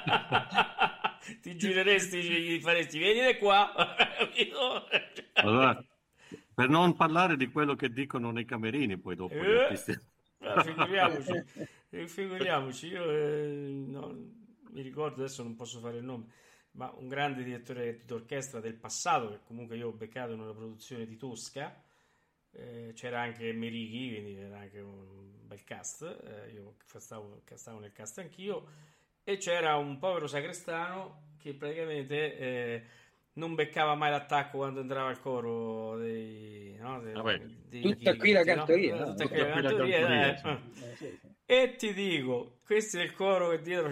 ti gireresti, gli faresti venire qua.
Allora, per non parlare di quello che dicono nei camerini poi dopo gli artisti.
Eh, figuriamoci, figuriamoci. Io eh, no, mi ricordo, adesso non posso fare il nome, ma un grande direttore d'orchestra del passato, che comunque io ho beccato in una produzione di Tosca, eh, c'era anche Merighi, quindi era anche un bel cast, eh, io stavo, stavo nel cast anch'io, e c'era un povero sacrestano che praticamente eh, non beccava mai l'attacco quando entrava al coro dei, no, dei, dei
tutta
chi,
qui la
no?
cantoria,
tutta
no?
qui la cantoria, eh. eh. E ti dico, questi del coro che dietro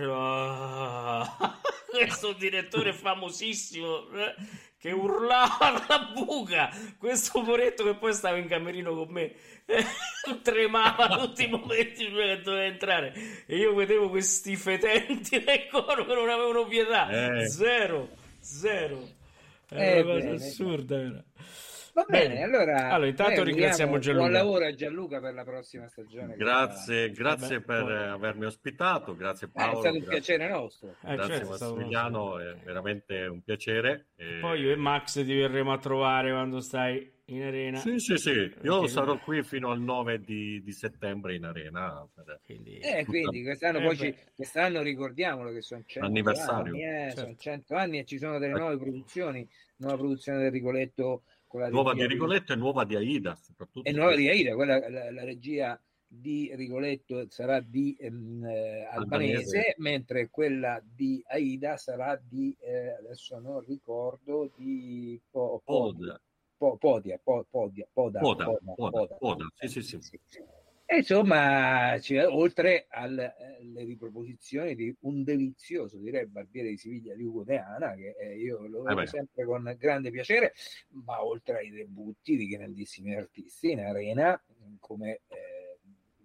ah, questo direttore famosissimo eh, che urlava alla buca, questo poretto che poi stava in camerino con me eh, tremava tutti i momenti che doveva entrare, e io vedevo questi fetenti nel coro che non avevano pietà,
eh.
zero zero. È una cosa assurda, era.
Va bene, bene. Allora,
allora intanto ringraziamo Gianluca.
Buon lavoro a Gianluca per la prossima stagione.
Grazie, grazie Vabbè, per poi... avermi ospitato, grazie Paolo.
Eh, è stato un
grazie.
piacere nostro.
Eh, grazie certo, Massimiliano, è veramente un piacere.
E... Poi io e Max ti verremo a trovare quando stai in arena.
Sì, sì, sì, io Perché... sarò qui fino al nove di, di settembre in arena. Per...
Quindi, eh, quindi quest'anno, eh, poi ci, quest'anno ricordiamolo che sono cento
anniversario.
anni, eh,
certo.
sono cento anni e ci sono delle nuove produzioni, nuova produzione del Rigoletto. Con la
nuova di Rigoletto e nuova di Aida, soprattutto.
E nuova di Aida, quella, la, la regia di Rigoletto sarà di ehm, eh, albanese, albanese, mentre quella di Aida sarà di, eh, adesso non ricordo, di po,
Podia.
Po, Podia, po, Podia, Poda,
Poda,
Poda,
Poda,
Poda,
Poda. Sì, sì, sì.
sì. E insomma, cioè, oltre alle riproposizioni di un delizioso, direi, Barbiere di Siviglia di Ugo Teana, che eh, io lo vedo eh sempre con grande piacere, ma oltre ai debutti di grandissimi artisti in arena, come eh,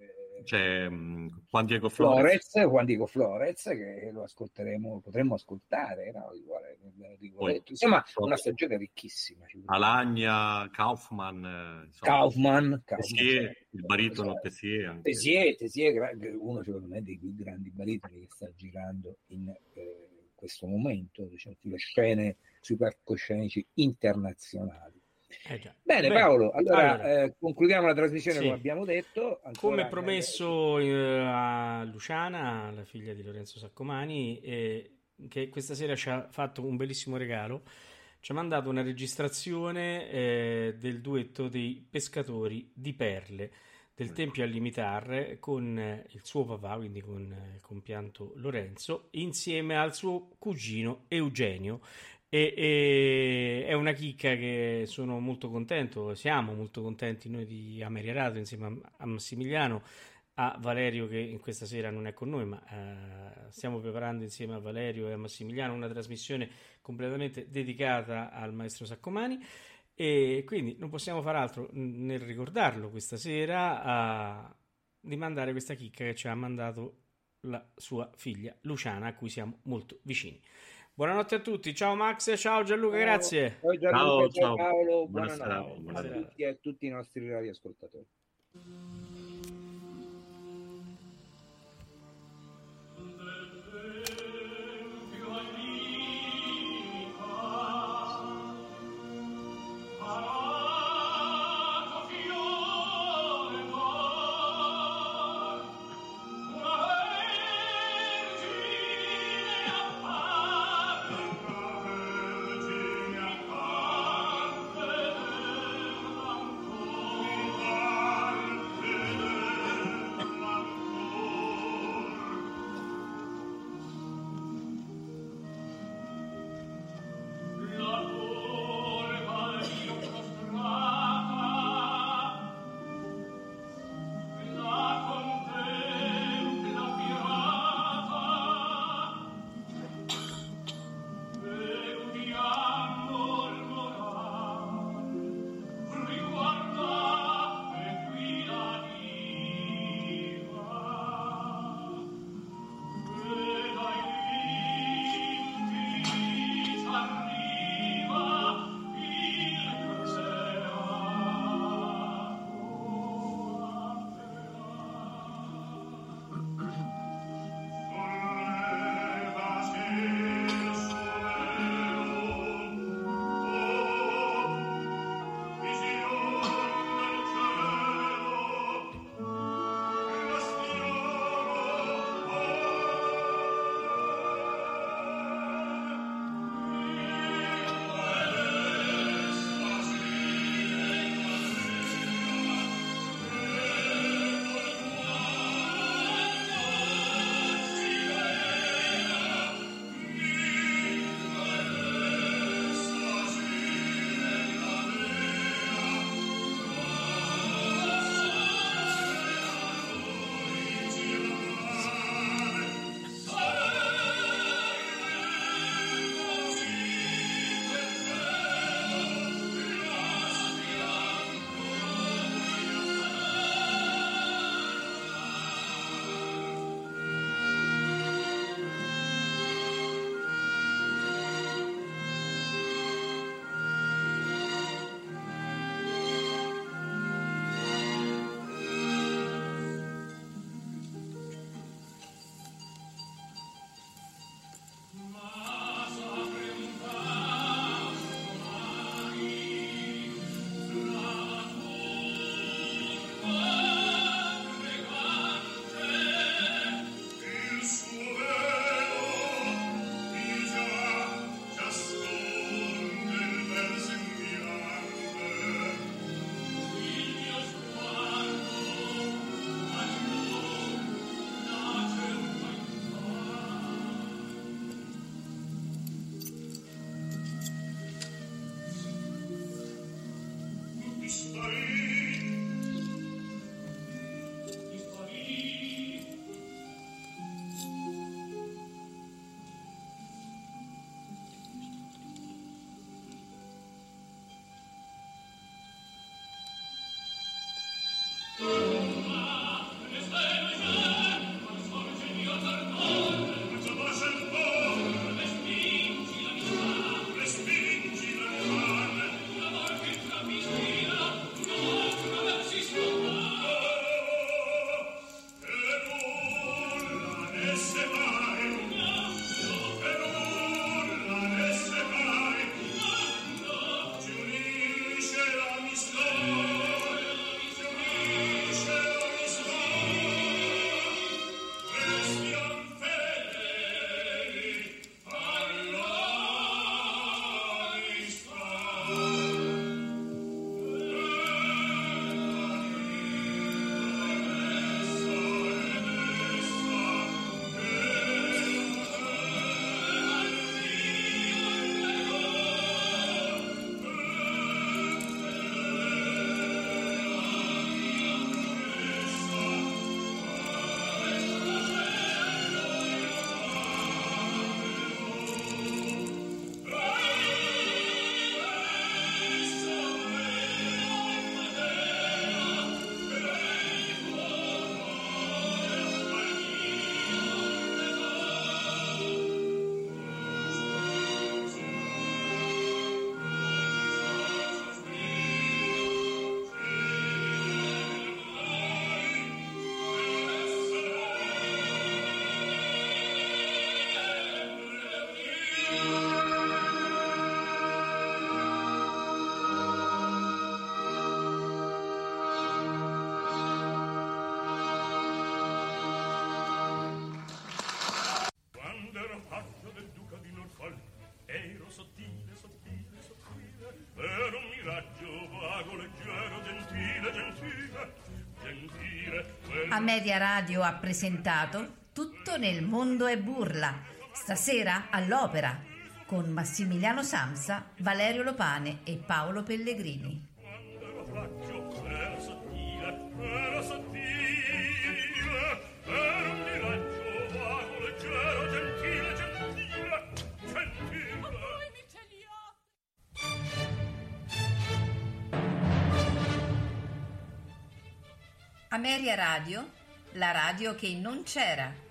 c'è um, Juan Diego
Flores, Flores, Juan Diego Flores, che lo ascolteremo, potremmo ascoltare, no? Poi, insomma, una stagione ricchissima.
Alagna, Kaufman,
insomma, Kaufman,
Tessier, il baritono Tessier,
Tessier, Tessier, uno secondo me dei più grandi baritoni che sta girando in eh, questo momento, diciamo, sulle scene, sui palcoscenici internazionali.
Eh già.
Bene, Beh, Paolo, allora, allora eh, concludiamo la trasmissione, sì, come abbiamo detto.
Come promesso eh, a Luciana, la figlia di Lorenzo Saccomani, eh, che questa sera ci ha fatto un bellissimo regalo, ci ha mandato una registrazione eh, del duetto dei Pescatori di Perle del Tempio al Limitar con eh, il suo papà, quindi con eh, il compianto Lorenzo, insieme al suo cugino Eugenio. E, e è una chicca che sono molto contento, siamo molto contenti noi di Ameria Radio insieme a, a Massimiliano, a Valerio che in questa sera non è con noi, ma eh, stiamo preparando insieme a Valerio e a Massimiliano una trasmissione completamente dedicata al maestro Saccomani, e quindi non possiamo far altro nel ricordarlo questa sera a, di mandare questa chicca che ci ha mandato la sua figlia Luciana, a cui siamo molto vicini. Buonanotte a tutti, ciao Max, ciao Gianluca, ciao, grazie.
Ciao Gianluca,
ciao,
ciao Paolo,
buonanotte,
buonanotte, buonanotte a tutti e a tutti i nostri radioascoltatori.
Ameria Radio ha presentato Tutto nel mondo è burla, stasera all'Opera, con Massimiliano Samsa, Valerio Lopane e Paolo Pellegrini. Ameria Radio, la radio che non c'era.